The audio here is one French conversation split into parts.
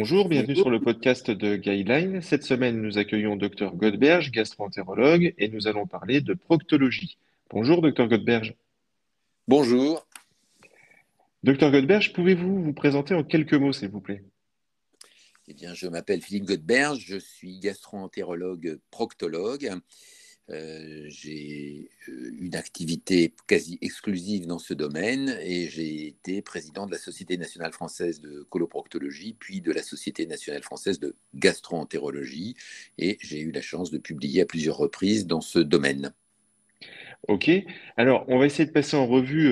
Bonjour, bienvenue sur le podcast de Guideline. Cette semaine, nous accueillons Dr Godberge, gastro-entérologue, et nous allons parler de proctologie. Bonjour, Dr Godberge. Bonjour. Dr Godberge, pouvez-vous vous présenter en quelques mots, s'il vous plaît? Eh bien, je m'appelle Philippe Godberge, je suis gastro-entérologue proctologue. J'ai une activité quasi exclusive dans ce domaine et j'ai été président de la Société nationale française de coloproctologie, puis de la Société nationale française de gastro-entérologie, et j'ai eu la chance de publier à plusieurs reprises dans ce domaine. Ok, alors on va essayer de passer en revue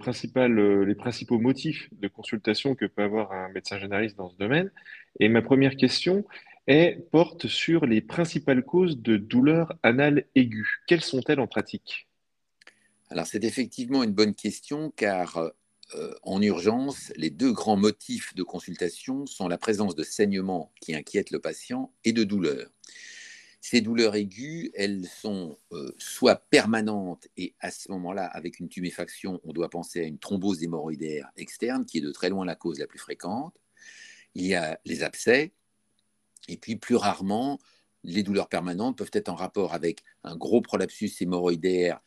les principaux motifs de consultation que peut avoir un médecin généraliste dans ce domaine. Et ma première question porte sur les principales causes de douleurs anales aiguës. Quelles sont-elles en pratique? Alors, c'est effectivement une bonne question car en urgence, les deux grands motifs de consultation sont la présence de saignements qui inquiètent le patient et de douleurs. Ces douleurs aiguës, elles sont soit permanentes et à ce moment-là, avec une tuméfaction, on doit penser à une thrombose hémorroïdaire externe qui est de très loin la cause la plus fréquente. Il y a les abcès et puis plus rarement, les douleurs permanentes peuvent être en rapport avec un gros prolapsus hémorroïdaire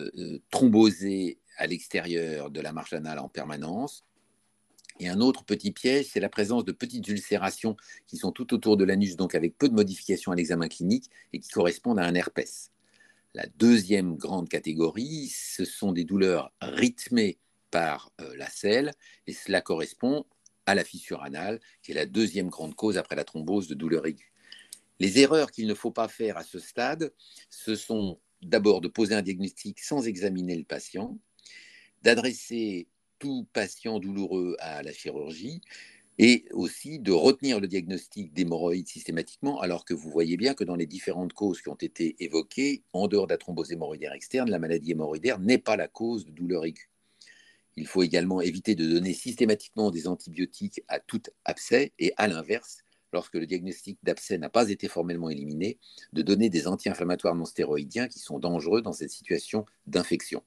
thrombosé à l'extérieur de la marge anale en permanence. Et un autre petit piège, c'est la présence de petites ulcérations qui sont tout autour de l'anus, donc avec peu de modifications à l'examen clinique et qui correspondent à un herpès. La deuxième grande catégorie, ce sont des douleurs rythmées par la selle, et cela correspond à la fissure anale, qui est la deuxième grande cause après la thrombose de douleurs aiguës. Les erreurs qu'il ne faut pas faire à ce stade, ce sont d'abord de poser un diagnostic sans examiner le patient, d'adresser tout patient douloureux à la chirurgie et aussi de retenir le diagnostic d'hémorroïdes systématiquement, alors que vous voyez bien que dans les différentes causes qui ont été évoquées, en dehors de la thrombose hémorroïdaire externe, la maladie hémorroïdaire n'est pas la cause de douleur aiguë. Il faut également éviter de donner systématiquement des antibiotiques à tout abcès et à l'inverse, lorsque le diagnostic d'abcès n'a pas été formellement éliminé, de donner des anti-inflammatoires non stéroïdiens qui sont dangereux dans cette situation d'infection.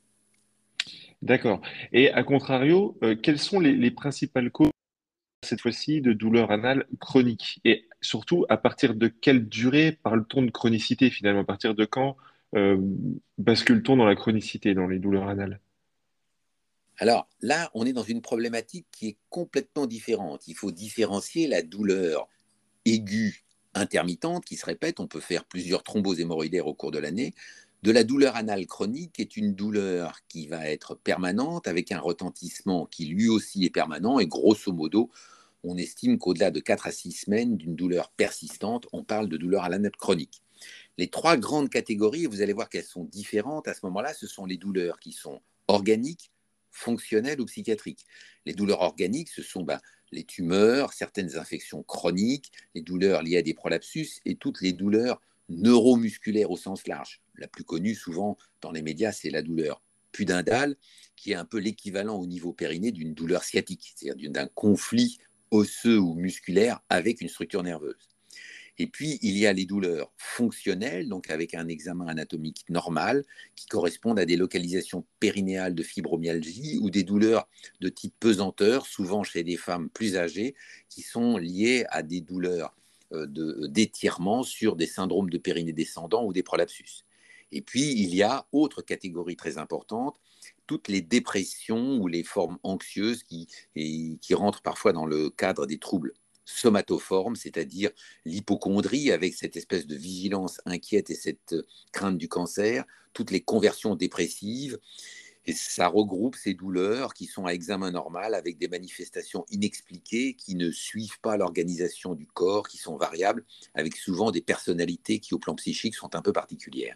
D'accord. Et à contrario, quelles sont les principales causes, cette fois-ci, de douleurs anales chroniques? Et surtout, à partir de quelle durée parle-t-on de chronicité finalement? À partir de quand euh, bascule-t-on dans la chronicité, dans les douleurs anales? Alors là, on est dans une problématique qui est complètement différente. Il faut différencier la douleur aiguë intermittente qui se répète, on peut faire plusieurs thromboses hémorroïdaires au cours de l'année, de la douleur anale chronique qui est une douleur qui va être permanente avec un retentissement qui lui aussi est permanent et grosso modo, on estime qu'au-delà de 4 à 6 semaines d'une douleur persistante, on parle de douleur anale chronique. Les trois grandes catégories, vous allez voir qu'elles sont différentes à ce moment-là, ce sont les douleurs qui sont organiques, fonctionnelles ou psychiatriques. Les douleurs organiques, ce sont les tumeurs, certaines infections chroniques, les douleurs liées à des prolapsus et toutes les douleurs neuromusculaires au sens large. La plus connue souvent dans les médias, c'est la douleur pudendale, qui est un peu l'équivalent au niveau périnée d'une douleur sciatique, c'est-à-dire d'un conflit osseux ou musculaire avec une structure nerveuse. Et puis, il y a les douleurs fonctionnelles, donc avec un examen anatomique normal, qui correspondent à des localisations périnéales de fibromyalgie ou des douleurs de type pesanteur, souvent chez des femmes plus âgées, qui sont liées à des douleurs d'étirement sur des syndromes de périnée descendant ou des prolapsus. Et puis, il y a, autre catégorie très importante, toutes les dépressions ou les formes anxieuses qui rentrent parfois dans le cadre des troubles somatoformes, c'est-à-dire l'hypocondrie avec cette espèce de vigilance inquiète et cette crainte du cancer, toutes les conversions dépressives, et ça regroupe ces douleurs qui sont à examen normal avec des manifestations inexpliquées qui ne suivent pas l'organisation du corps, qui sont variables, avec souvent des personnalités qui au plan psychique sont un peu particulières.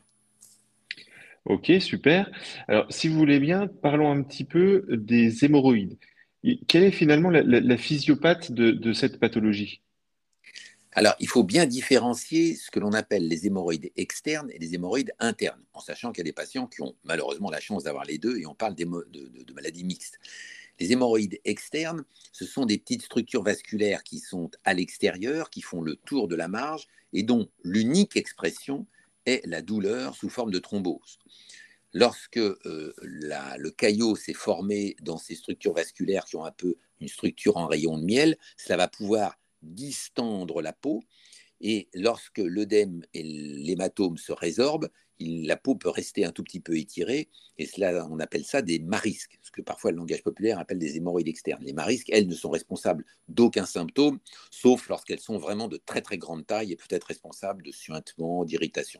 Ok, super. Alors, si vous voulez bien, parlons un petit peu des hémorroïdes. Quelle est finalement la physiopathe de cette pathologie? Alors, il faut bien différencier ce que l'on appelle les hémorroïdes externes et les hémorroïdes internes, en sachant qu'il y a des patients qui ont malheureusement la chance d'avoir les deux et on parle de maladies mixtes. Les hémorroïdes externes, ce sont des petites structures vasculaires qui sont à l'extérieur, qui font le tour de la marge et dont l'unique expression est la douleur sous forme de thrombose. Lorsque le caillot s'est formé dans ces structures vasculaires qui ont un peu une structure en rayon de miel, cela va pouvoir distendre la peau. Et lorsque l'œdème et l'hématome se résorbent, la peau peut rester un tout petit peu étirée, et cela, on appelle ça des marisques, ce que parfois le langage populaire appelle des hémorroïdes externes. Les marisques, elles, ne sont responsables d'aucun symptôme, sauf lorsqu'elles sont vraiment de très très grande taille et peut-être responsables de suintements, d'irritation.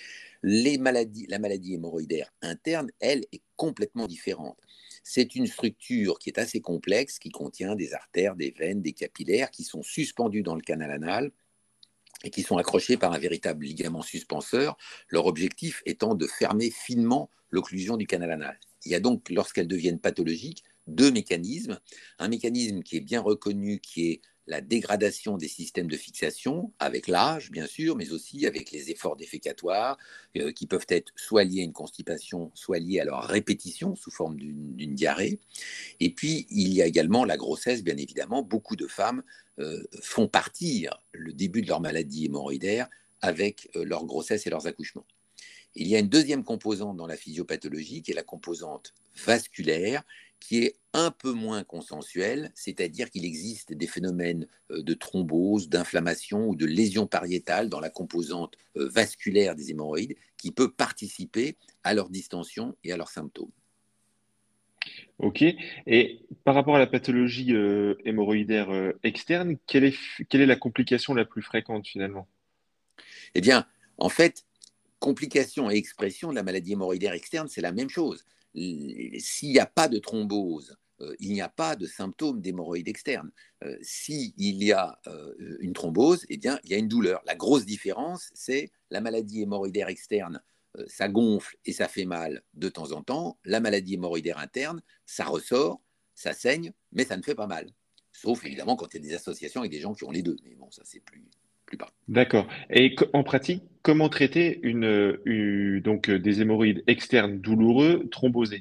La maladie hémorroïdaire interne, elle, est complètement différente. C'est une structure qui est assez complexe, qui contient des artères, des veines, des capillaires qui sont suspendus dans le canal anal et qui sont accrochés par un véritable ligament suspenseur, leur objectif étant de fermer finement l'occlusion du canal anal. Il y a donc, lorsqu'elles deviennent pathologiques, deux mécanismes. Un mécanisme qui est bien reconnu, qui est la dégradation des systèmes de fixation, avec l'âge, bien sûr, mais aussi avec les efforts défécatoires, qui peuvent être soit liés à une constipation, soit liés à leur répétition sous forme d'une diarrhée. Et puis, il y a également la grossesse, bien évidemment. Beaucoup de femmes font partir le début de leur maladie hémorroïdaire avec leur grossesse et leurs accouchements. Il y a une deuxième composante dans la physiopathologie qui est la composante vasculaire, qui est un peu moins consensuelle, c'est-à-dire qu'il existe des phénomènes de thrombose, d'inflammation ou de lésion pariétale dans la composante vasculaire des hémorroïdes qui peut participer à leur distension et à leurs symptômes. Ok. Et par rapport à la pathologie hémorroïdaire externe, quelle est la complication la plus fréquente finalement? Eh bien, en fait, complications et expression de la maladie hémorroïdaire externe, c'est la même chose. S'il n'y a pas de thrombose, il n'y a pas de symptômes d'hémorroïde externe. S'il y a une thrombose, eh bien, il y a une douleur. La grosse différence, c'est la maladie hémorroïdaire externe, ça gonfle et ça fait mal de temps en temps. La maladie hémorroïdaire interne, ça ressort, ça saigne, mais ça ne fait pas mal. Sauf évidemment quand il y a des associations avec des gens qui ont les deux. Mais bon, ça, c'est plus pas. D'accord. Et en pratique, comment traiter donc des hémorroïdes externes douloureux thrombosés?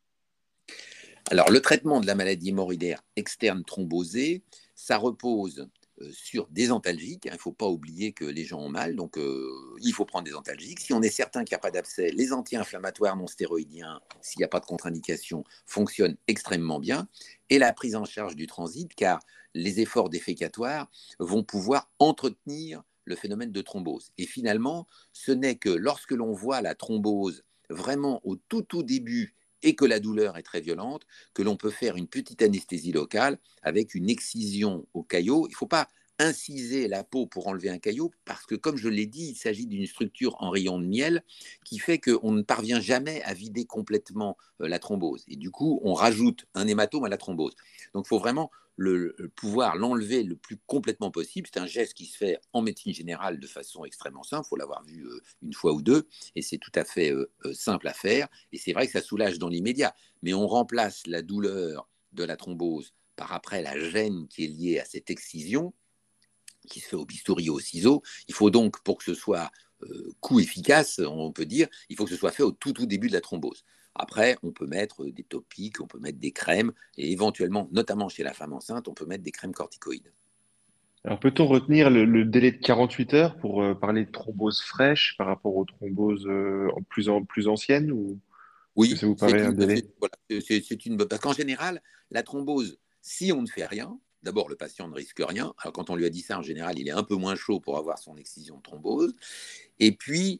Alors, le traitement de la maladie hémorroïdaire externe thrombosée, ça repose sur des antalgiques. Il ne faut pas oublier que les gens ont mal, donc il faut prendre des antalgiques. Si on est certain qu'il n'y a pas d'abcès, les anti-inflammatoires non stéroïdiens, s'il n'y a pas de contre-indication, fonctionnent extrêmement bien. Et la prise en charge du transit, car les efforts défécatoires vont pouvoir entretenir le phénomène de thrombose. Et finalement, ce n'est que lorsque l'on voit la thrombose vraiment au tout début et que la douleur est très violente, que l'on peut faire une petite anesthésie locale avec une excision au caillot. Il ne faut pas inciser la peau pour enlever un caillot parce que, comme je l'ai dit, il s'agit d'une structure en rayon de miel qui fait qu'on ne parvient jamais à vider complètement la thrombose. Et du coup, on rajoute un hématome à la thrombose. Donc, il faut vraiment pouvoir l'enlever le plus complètement possible. C'est un geste qui se fait en médecine générale de façon extrêmement simple. Il faut l'avoir vu une fois ou deux et c'est tout à fait simple à faire. Et c'est vrai que ça soulage dans l'immédiat. Mais on remplace la douleur de la thrombose par après la gêne qui est liée à cette excision qui se fait au bistouri ou au ciseau. Il faut donc, pour que ce soit coût efficace, on peut dire, il faut que ce soit fait au tout début de la thrombose. Après, on peut mettre des topiques, on peut mettre des crèmes, et éventuellement, notamment chez la femme enceinte, on peut mettre des crèmes corticoïdes. Alors, peut-on retenir le délai de 48 heures pour parler de thrombose fraîche par rapport aux thromboses plus anciennes ou est-ce que Oui, ça vous paraît c'est un une, délai? voilà, c'est une, parce qu'en général, la thrombose, si on ne fait rien, d'abord le patient ne risque rien. Alors quand on lui a dit ça, en général, il est un peu moins chaud pour avoir son excision de thrombose. Et puis,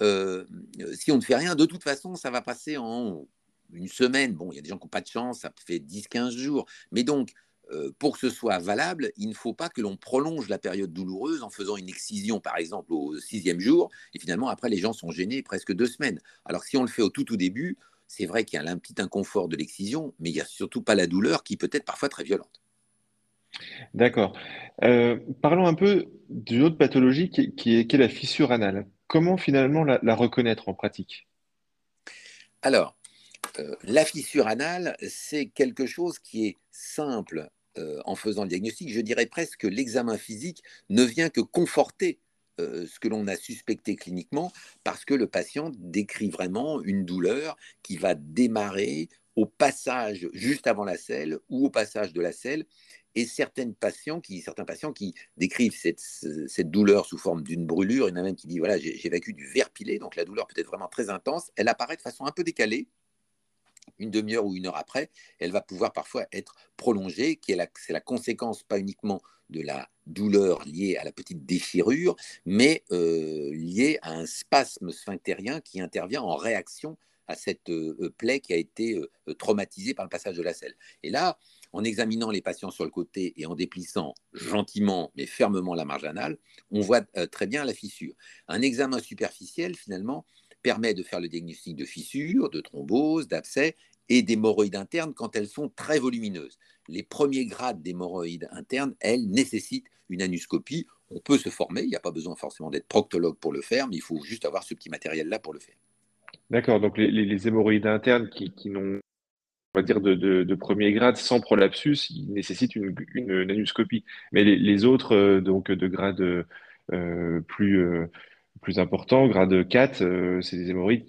si on ne fait rien, de toute façon, ça va passer en une semaine. Bon, il y a des gens qui n'ont pas de chance, ça fait 10, 15 jours. Mais donc, pour que ce soit valable, il ne faut pas que l'on prolonge la période douloureuse en faisant une excision, par exemple, au 6e jour. Et finalement, après, les gens sont gênés presque 2 semaines. Alors que si on le fait au tout début, c'est vrai qu'il y a un petit inconfort de l'excision, mais il n'y a surtout pas la douleur qui peut être parfois très violente. D'accord. Parlons un peu d'une autre pathologie qui est la fissure anale. Comment finalement la reconnaître en pratique? Alors, la fissure anale, c'est quelque chose qui est simple en faisant le diagnostic. Je dirais presque que l'examen physique ne vient que conforter ce que l'on a suspecté cliniquement parce que le patient décrit vraiment une douleur qui va démarrer au passage juste avant la selle ou au passage de la selle. Et certains patients qui décrivent cette douleur sous forme d'une brûlure, il y en a même qui dit voilà, j'évacue du verre pilé, donc la douleur peut être vraiment très intense. Elle apparaît de façon un peu décalée une demi-heure ou une heure après, elle va pouvoir parfois être prolongée, c'est la conséquence pas uniquement de la douleur liée à la petite déchirure, mais liée à un spasme sphinctérien qui intervient en réaction à cette plaie qui a été traumatisée par le passage de la selle. Et là, en examinant les patients sur le côté et en déplissant gentiment mais fermement la marge anale, on voit très bien la fissure. Un examen superficiel, finalement, permet de faire le diagnostic de fissure, de thrombose, d'abcès et d'hémorroïdes internes quand elles sont très volumineuses. Les premiers grades d'hémorroïdes internes, elles, nécessitent une anuscopie. On peut se former, il n'y a pas besoin forcément d'être proctologue pour le faire, mais il faut juste avoir ce petit matériel-là pour le faire. D'accord, donc les hémorroïdes internes qui n'ont, on va dire, de premier grade sans prolapsus, ils nécessitent une angioscopie. Mais les autres, donc de grade plus important, grade 4, c'est des hémorroïdes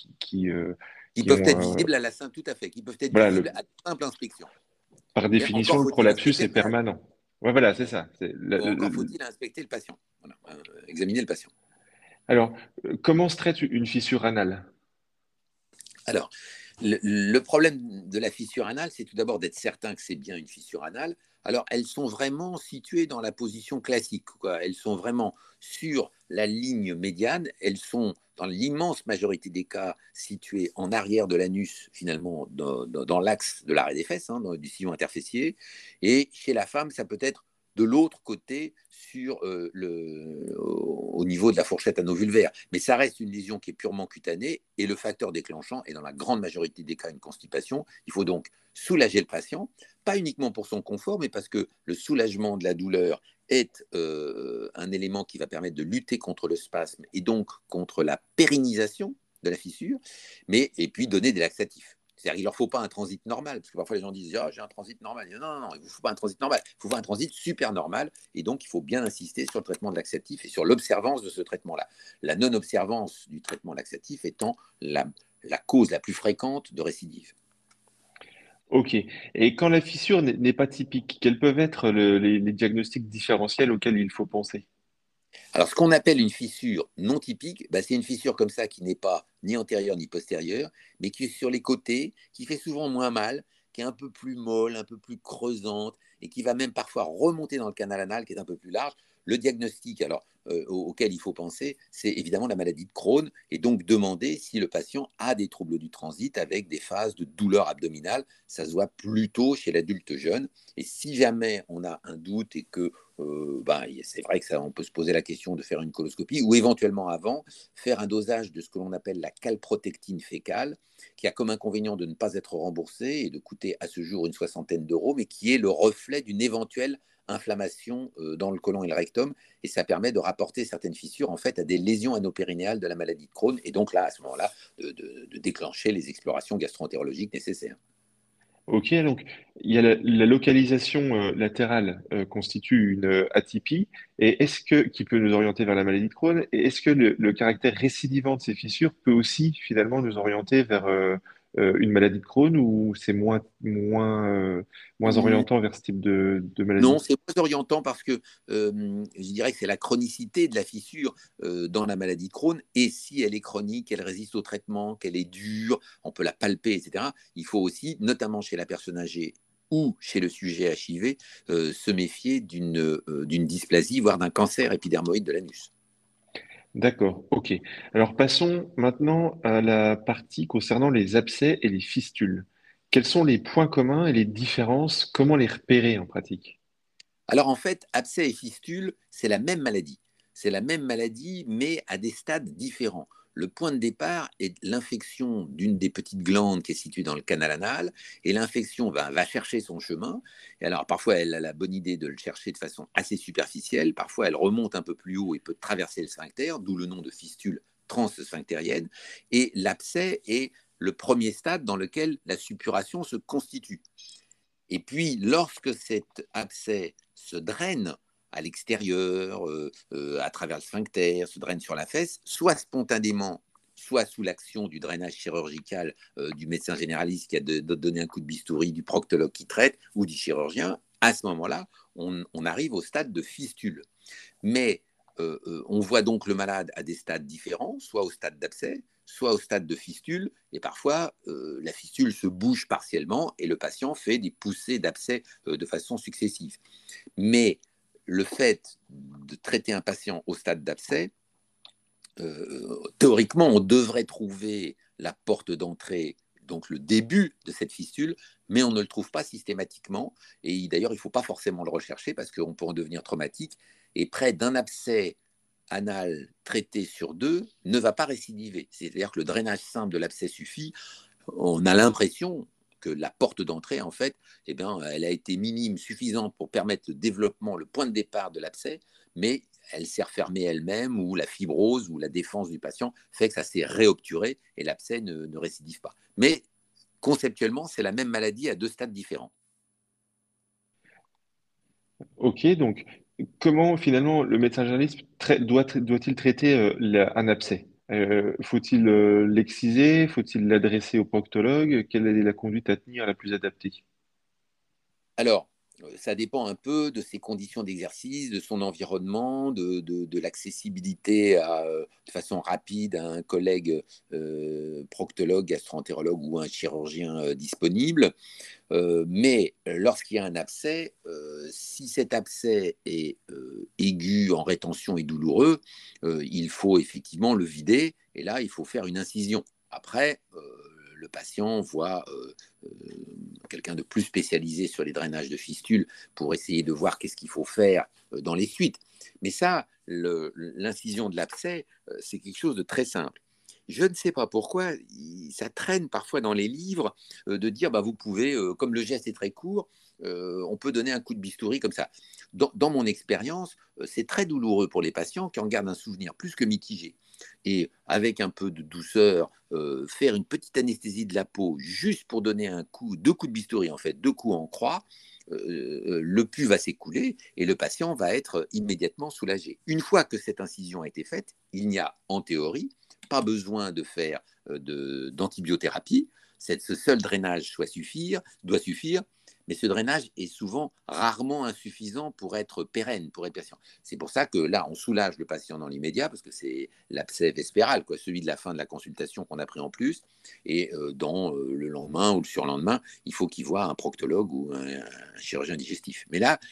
Qui qui peuvent ont, être visibles à la simple, tout à fait, qui peuvent être voilà, visibles à simple inspection. par Mais encore définition, le faut-il prolapsus inspecter est le malade. permanent. Ouais, voilà, c'est Bon, ça. encore faut-il inspecter le patient, voilà, examiner le patient. Alors, comment se traite une fissure anale? Alors, le problème de la fissure anale, c'est tout d'abord d'être certain que c'est bien une fissure anale. Alors, elles sont vraiment situées dans la position classique, quoi. Elles sont vraiment sur la ligne médiane. Elles sont, dans l'immense majorité des cas, situées en arrière de l'anus, finalement, dans l'axe de l'arrêt des fesses, hein, du sillon interfessier. Et chez la femme, ça peut être de l'autre côté sur au niveau de la fourchette anovulvaire. Mais ça reste une lésion qui est purement cutanée et le facteur déclenchant est dans la grande majorité des cas une constipation. Il faut donc soulager le patient, pas uniquement pour son confort, mais parce que le soulagement de la douleur est un élément qui va permettre de lutter contre le spasme et donc contre la pérennisation de la fissure, et puis donner des laxatifs. C'est-à-dire qu'il ne leur faut pas un transit normal, parce que parfois les gens disent ah, j'ai un transit normal. Non, non, non, il ne vous faut pas un transit normal, il faut un transit super normal, et donc il faut bien insister sur le traitement de laxatif et sur l'observance de ce traitement-là. La non-observance du traitement laxatif étant la cause la plus fréquente de récidive. Ok. Et quand la fissure n'est pas typique, quels peuvent être les diagnostics différentiels auxquels il faut penser? Alors, ce qu'on appelle une fissure non typique, bah, c'est une fissure comme ça qui n'est pas ni antérieure ni postérieure, mais qui est sur les côtés, qui fait souvent moins mal, qui est un peu plus molle, un peu plus creusante, et qui va même parfois remonter dans le canal anal, qui est un peu plus large. Le diagnostic, alors, auquel il faut penser, c'est évidemment la maladie de Crohn, et donc demander si le patient a des troubles du transit avec des phases de douleur abdominale. Ça se voit plutôt chez l'adulte jeune. Et si jamais on a un doute et que c'est vrai que ça, on peut se poser la question de faire une coloscopie ou éventuellement avant faire un dosage de ce que l'on appelle la calprotectine fécale, qui a comme inconvénient de ne pas être remboursé et de coûter à ce jour une soixantaine d'euros, mais qui est le reflet d'une éventuelle inflammation dans le côlon et le rectum, et ça permet de rapporter certaines fissures en fait à des lésions anopérinéales de la maladie de Crohn, et donc là, à ce moment-là, de déclencher les explorations gastro-entérologiques nécessaires. Ok, donc il y a la localisation latérale constitue une atypie, et qui peut nous orienter vers la maladie de Crohn, et est-ce que le caractère récidivant de ces fissures peut aussi finalement nous orienter vers une maladie de Crohn, ou c'est moins orientant vers ce type de Non, maladie? c'est moins orientant parce que je dirais que c'est la chronicité de la fissure dans la maladie de Crohn. Et si elle est chronique, elle résiste au traitement, qu'elle est dure, on peut la palper, etc. Il faut aussi, notamment chez la personne âgée ou chez le sujet HIV, se méfier d'une dysplasie, voire d'un cancer épidermoïde de l'anus. D'accord, ok. Alors passons maintenant à la partie concernant les abcès et les fistules. Quels sont les points communs et les différences? Comment les repérer en pratique? Alors en fait, abcès et fistule, c'est la même maladie. C'est la même maladie, mais à des stades différents. Le point de départ est l'infection d'une des petites glandes qui est située dans le canal anal, et l'infection va chercher son chemin. Et alors parfois, elle a la bonne idée de le chercher de façon assez superficielle, parfois elle remonte un peu plus haut et peut traverser le sphincter, d'où le nom de fistule transsphinctérienne. Et l'abcès est le premier stade dans lequel la suppuration se constitue. Et puis, lorsque cet abcès se draine à l'extérieur, à travers le sphincter, se draine sur la fesse, soit spontanément, soit sous l'action du drainage chirurgical du médecin généraliste qui a donné un coup de bistouri, du proctologue qui traite, ou du chirurgien, à ce moment-là, on arrive au stade de fistule. Mais on voit donc le malade à des stades différents, soit au stade d'abcès, soit au stade de fistule, et parfois la fistule se bouge partiellement et le patient fait des poussées d'abcès de façon successive. Mais le fait de traiter un patient au stade d'abcès, théoriquement, on devrait trouver la porte d'entrée, donc le début de cette fistule, mais on ne le trouve pas systématiquement. Et d'ailleurs, il ne faut pas forcément le rechercher parce qu'on peut en devenir traumatique. Et près d'un abcès anal traité sur deux ne va pas récidiver. C'est-à-dire que le drainage simple de l'abcès suffit. On a l'impression que la porte d'entrée, en fait, eh bien, elle a été minime, suffisante pour permettre le développement, le point de départ de l'abcès, mais elle s'est refermée elle-même, ou la fibrose ou la défense du patient fait que ça s'est réobturé et l'abcès ne récidive pas. Mais conceptuellement, c'est la même maladie à deux stades différents. Ok, donc comment finalement le médecin généraliste doit-il traiter un abcès? Faut-il l'exciser? Faut-il l'adresser au proctologue? Quelle est la conduite à tenir la plus adaptée? Alors, ça dépend un peu de ses conditions d'exercice, de son environnement, de l'accessibilité de façon rapide à un collègue proctologue, gastro-entérologue ou un chirurgien disponible. Mais lorsqu'il y a un abcès, si cet abcès est aigu, en rétention et douloureux, il faut effectivement le vider et là, il faut faire une incision. Après, le patient voit quelqu'un de plus spécialisé sur les drainages de fistules pour essayer de voir qu'est-ce qu'il faut faire dans les suites. Mais ça, l'incision de l'abcès, c'est quelque chose de très simple. Je ne sais pas pourquoi, ça traîne parfois dans les livres de dire bah, vous pouvez, comme le geste est très court, on peut donner un coup de bistouri comme ça. Dans mon expérience, c'est très douloureux pour les patients qui en gardent un souvenir plus que mitigé. Et avec un peu de douceur, faire une petite anesthésie de la peau juste pour donner un coup, deux coups de bistouri en fait, deux coups en croix, le pus va s'écouler et le patient va être immédiatement soulagé. Une fois que cette incision a été faite, il n'y a en théorie pas besoin de faire d'antibiothérapie. Ce seul drainage doit suffire, mais ce drainage est souvent rarement insuffisant pour être pérenne, pour être patient. C'est pour ça que là, on soulage le patient dans l'immédiat, parce que c'est l'abcès vespéral, quoi, celui de la fin de la consultation qu'on a pris en plus. Et dans le lendemain ou le surlendemain, il faut qu'il voit un proctologue ou un chirurgien digestif. Mais là,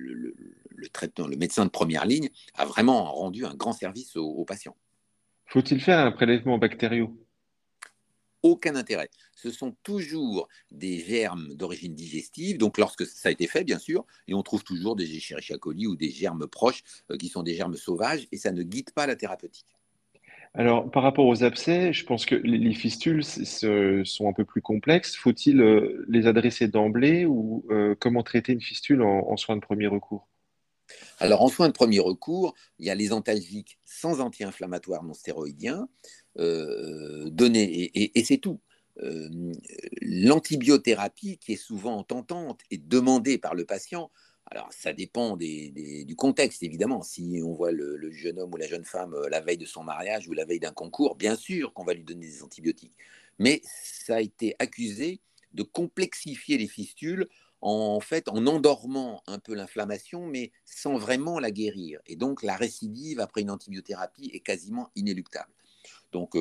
le médecin de première ligne a vraiment rendu un grand service aux patients. Faut-il faire un prélèvement bactériaux? Aucun intérêt. Ce sont toujours des germes d'origine digestive, donc lorsque ça a été fait, bien sûr, et on trouve toujours des Escherichia coli ou des germes proches qui sont des germes sauvages, et ça ne guide pas la thérapeutique. Alors, par rapport aux abcès, je pense que les fistules sont un peu plus complexes. Faut-il les adresser d'emblée ou comment traiter une fistule en soins de premier recours? Alors, en soins de premier recours, il y a les antalgiques sans anti-inflammatoires non stéroïdiens, donnés, et c'est tout. Euh, L'antibiothérapie, qui est souvent tentante et demandée par le patient, alors ça dépend du contexte, évidemment. Si on voit le jeune homme ou la jeune femme la veille de son mariage ou la veille d'un concours, bien sûr qu'on va lui donner des antibiotiques. Mais ça a été accusé de complexifier les fistules en fait en endormant un peu l'inflammation, mais sans vraiment la guérir. Et donc la récidive après une antibiothérapie est quasiment inéluctable. Donc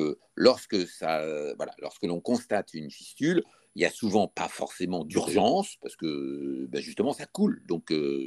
voilà, lorsque l'on constate une fistule, il n'y a souvent pas forcément d'urgence parce que ben justement ça coule. Donc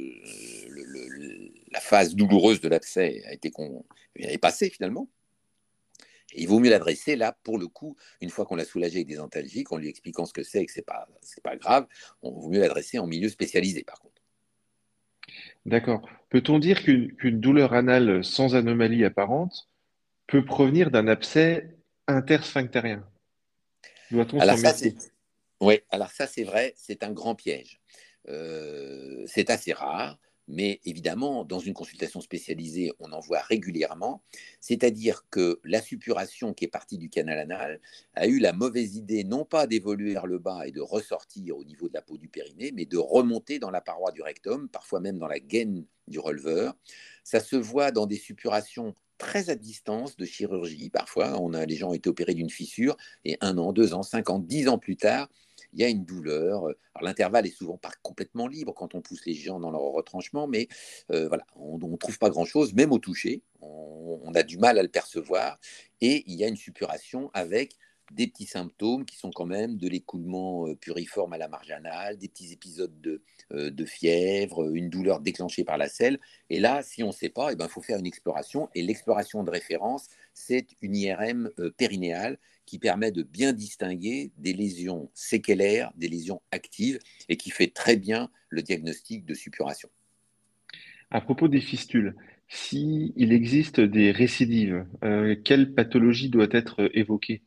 la phase douloureuse de l'abcès est passée finalement. Et il vaut mieux l'adresser là, pour le coup, une fois qu'on l'a soulagé avec des antalgiques, en lui expliquant ce que c'est et que c'est pas grave, on vaut mieux l'adresser en milieu spécialisé par contre. D'accord. Peut-on dire qu'une douleur anale sans anomalie apparente peut provenir d'un abcès intersphinctérien? Doit-on s'en Alors ça, c'est méfier? Oui, alors ça c'est vrai, c'est un grand piège. C'est assez rare, mais évidemment, dans une consultation spécialisée, on en voit régulièrement. C'est-à-dire que la suppuration qui est partie du canal anal a eu la mauvaise idée non pas d'évoluer vers le bas et de ressortir au niveau de la peau du périnée, mais de remonter dans la paroi du rectum, parfois même dans la gaine du releveur. Ça se voit dans des suppurations très à distance de chirurgie. Parfois, les gens ont été opérés d'une fissure et 1 an, 2 ans, 5 ans, 10 ans plus tard, il y a une douleur. Alors l'intervalle est souvent pas complètement libre quand on pousse les gens dans leur retranchement, mais voilà, on ne trouve pas grand-chose, même au toucher. On a du mal à le percevoir et il y a une suppuration avec des petits symptômes qui sont quand même de l'écoulement puriforme à la marginale, des petits épisodes de fièvre, une douleur déclenchée par la selle. Et là, si on ne sait pas, il faut faire une exploration. Et l'exploration de référence, c'est une IRM périnéale qui permet de bien distinguer des lésions séquelaires, des lésions actives, et qui fait très bien le diagnostic de suppuration. À propos des fistules, si il existe des récidives, quelle pathologie doit être évoquée?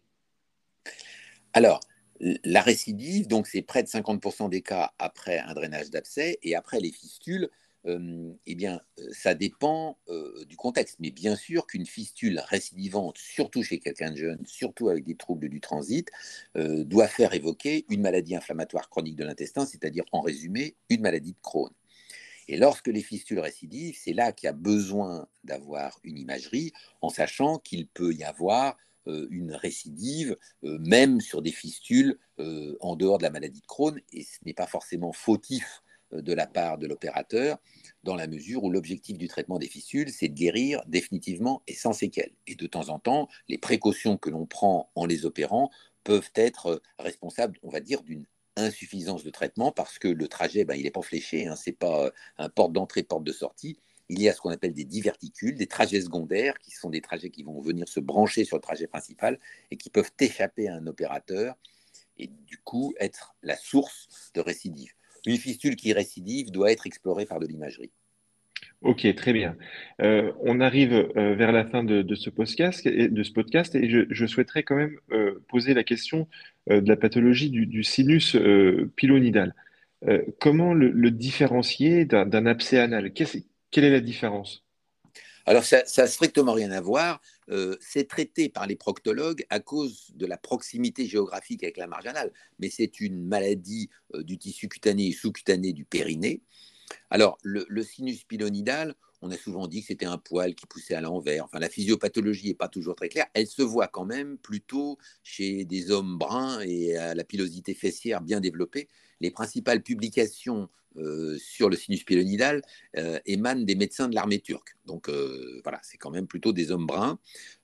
Alors, la récidive, donc c'est près de 50% des cas après un drainage d'abcès, et après les fistules, ça dépend du contexte. Mais bien sûr qu'une fistule récidivante, surtout chez quelqu'un de jeune, surtout avec des troubles du transit, doit faire évoquer une maladie inflammatoire chronique de l'intestin, c'est-à-dire en résumé une maladie de Crohn. Et lorsque les fistules récidivent, c'est là qu'il y a besoin d'avoir une imagerie, en sachant qu'il peut y avoir une récidive, même sur des fistules en dehors de la maladie de Crohn, et ce n'est pas forcément fautif de la part de l'opérateur, dans la mesure où l'objectif du traitement des fistules, c'est de guérir définitivement et sans séquelles. Et de temps en temps, les précautions que l'on prend en les opérant peuvent être responsables, on va dire, d'une insuffisance de traitement parce que le trajet, il n'est pas fléché, hein, c'est pas un porte d'entrée, porte de sortie. Il y a ce qu'on appelle des diverticules, des trajets secondaires, qui sont des trajets qui vont venir se brancher sur le trajet principal et qui peuvent échapper à un opérateur et du coup être la source de récidive. Une fistule qui récidive doit être explorée par de l'imagerie. Ok, très bien. On arrive vers la fin de ce podcast et je souhaiterais quand même poser la question de la pathologie du sinus pilonidal. Comment le différencier d'un abcès anal? Quelle est la différence? Alors, ça n'a strictement rien à voir. C'est traité par les proctologues à cause de la proximité géographique avec la marginale, mais c'est une maladie du tissu cutané et sous-cutané du périnée. Alors, le sinus pilonidal, on a souvent dit que c'était un poil qui poussait à l'envers. Enfin, la physiopathologie n'est pas toujours très claire. Elle se voit quand même plutôt chez des hommes bruns et à la pilosité fessière bien développée. Les principales publications sur le sinus pilonidal émanent des médecins de l'armée turque. Donc, voilà, c'est quand même plutôt des hommes bruns.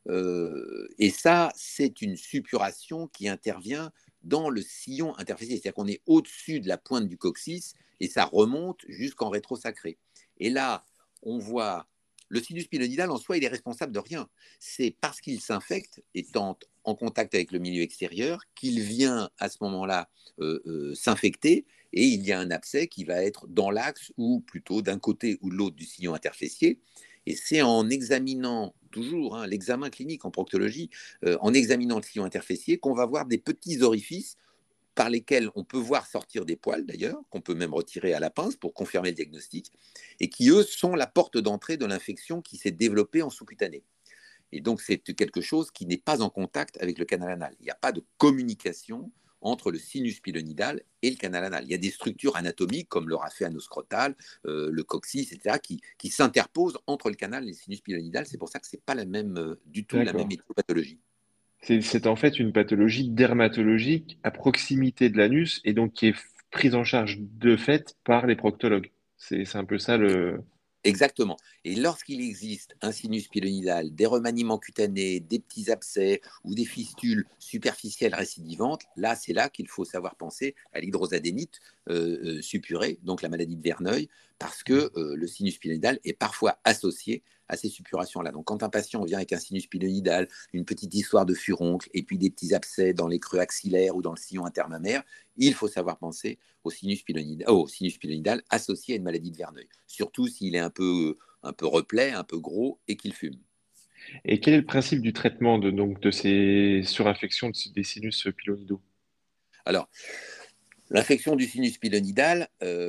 Et ça, c'est une suppuration qui intervient dans le sillon interfécier. C'est-à-dire qu'on est au-dessus de la pointe du coccyx et ça remonte jusqu'en rétrosacré. Et là, on voit le sinus pilonidal en soi, il est responsable de rien. C'est parce qu'il s'infecte, étant en contact avec le milieu extérieur, qu'il vient à ce moment-là s'infecter et il y a un abcès qui va être dans l'axe ou plutôt d'un côté ou de l'autre du sillon interfécier. Et c'est en examinant toujours l'examen clinique en proctologie, en examinant le sillon interfécier, qu'on va voir des petits orifices par lesquels on peut voir sortir des poils d'ailleurs, qu'on peut même retirer à la pince pour confirmer le diagnostic, et qui, eux, sont la porte d'entrée de l'infection qui s'est développée en sous-cutané. Et donc, c'est quelque chose qui n'est pas en contact avec le canal anal. Il n'y a pas de communication entre le sinus pilonidal et le canal anal. Il y a des structures anatomiques comme le raphet anoscrotal, le coccyx, etc., qui s'interposent entre le canal et le sinus pilonidal. C'est pour ça que ce n'est pas la même, du tout la même D'accord. pathologie. C'est en fait une pathologie dermatologique à proximité de l'anus et donc qui est prise en charge de fait par les proctologues. C'est un peu ça le... Exactement. Et lorsqu'il existe un sinus pilonidal, des remaniements cutanés, des petits abcès ou des fistules superficielles récidivantes, là, c'est là qu'il faut savoir penser à l'hydrosadénite suppurée, donc la maladie de Verneuil, parce que le sinus pilonidal est parfois associé à ces suppurations-là. Donc, quand un patient vient avec un sinus pilonidal, une petite histoire de furoncle et puis des petits abcès dans les creux axillaires ou dans le sillon intermammaire, il faut savoir penser au sinus pilonidal associé à une maladie de Verneuil, surtout s'il est un peu replet, un peu gros et qu'il fume. Et quel est le principe du traitement donc, de ces surinfections des sinus pilonidaux? Alors, l'infection du sinus pilonidal,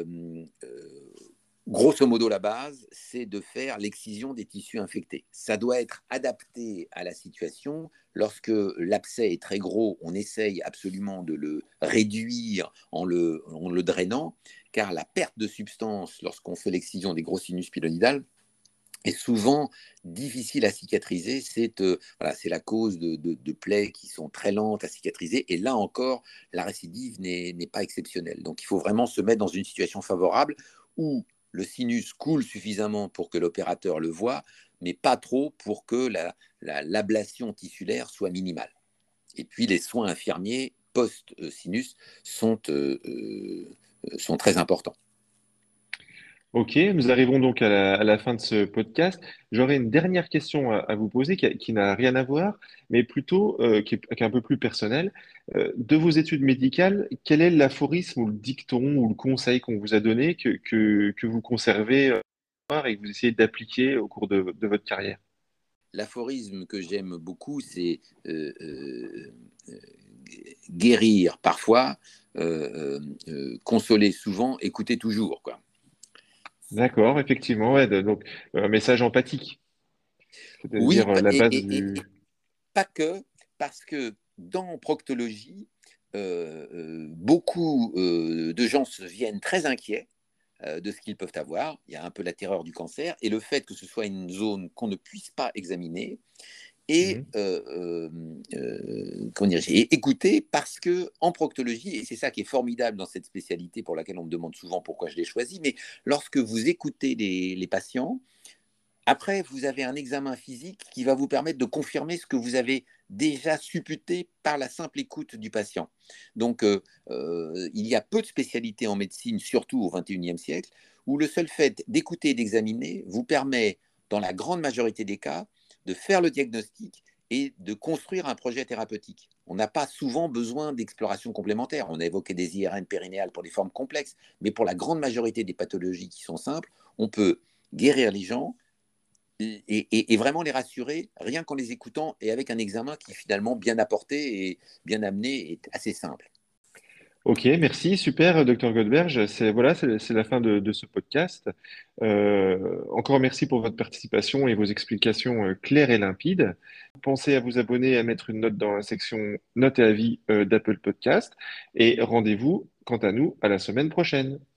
grosso modo, la base, c'est de faire l'excision des tissus infectés. Ça doit être adapté à la situation. Lorsque l'abcès est très gros, on essaye absolument de le réduire en le drainant, car la perte de substance lorsqu'on fait l'excision des gros sinus pilonidales est souvent difficile à cicatriser. Voilà, c'est la cause de plaies qui sont très lentes à cicatriser. Et là encore, la récidive n'est pas exceptionnelle. Donc il faut vraiment se mettre dans une situation favorable où le sinus coule suffisamment pour que l'opérateur le voie, mais pas trop pour que l'ablation tissulaire soit minimale. Et puis les soins infirmiers post-sinus sont très importants. Ok, nous arrivons donc à la fin de ce podcast. J'aurais une dernière question à vous poser qui n'a rien à voir, mais plutôt qui est un peu plus personnelle. De vos études médicales, quel est l'aphorisme ou le dicton ou le conseil qu'on vous a donné que vous conservez et que vous essayez d'appliquer au cours de votre carrière? L'aphorisme que j'aime beaucoup, c'est euh, guérir parfois, consoler souvent, écouter toujours, quoi. D'accord, effectivement, ouais, donc un message empathique, Oui, c'est-à-dire la base du... pas que, parce que dans proctologie, beaucoup de gens se viennent très inquiets de ce qu'ils peuvent avoir. Il y a un peu la terreur du cancer et le fait que ce soit une zone qu'on ne puisse pas examiner et, Mhm. comment dire, et écouter parce que en proctologie, et c'est ça qui est formidable dans cette spécialité pour laquelle on me demande souvent pourquoi je l'ai choisie, mais lorsque vous écoutez les patients, après, vous avez un examen physique qui va vous permettre de confirmer ce que vous avez déjà supputé par la simple écoute du patient. Donc, il y a peu de spécialités en médecine, surtout au XXIe siècle, où le seul fait d'écouter et d'examiner vous permet, dans la grande majorité des cas, de faire le diagnostic et de construire un projet thérapeutique. On n'a pas souvent besoin d'exploration complémentaire. On a évoqué des IRM périnéales pour des formes complexes, mais pour la grande majorité des pathologies qui sont simples, on peut guérir les gens et vraiment les rassurer, rien qu'en les écoutant et avec un examen qui est finalement bien apporté et bien amené et assez simple. Ok, merci, super, docteur Goldberg. C'est la fin de ce podcast. Encore merci pour votre participation et vos explications claires et limpides. Pensez à vous abonner et à mettre une note dans la section notes et avis d'Apple Podcast. Et rendez-vous, quant à nous, à la semaine prochaine.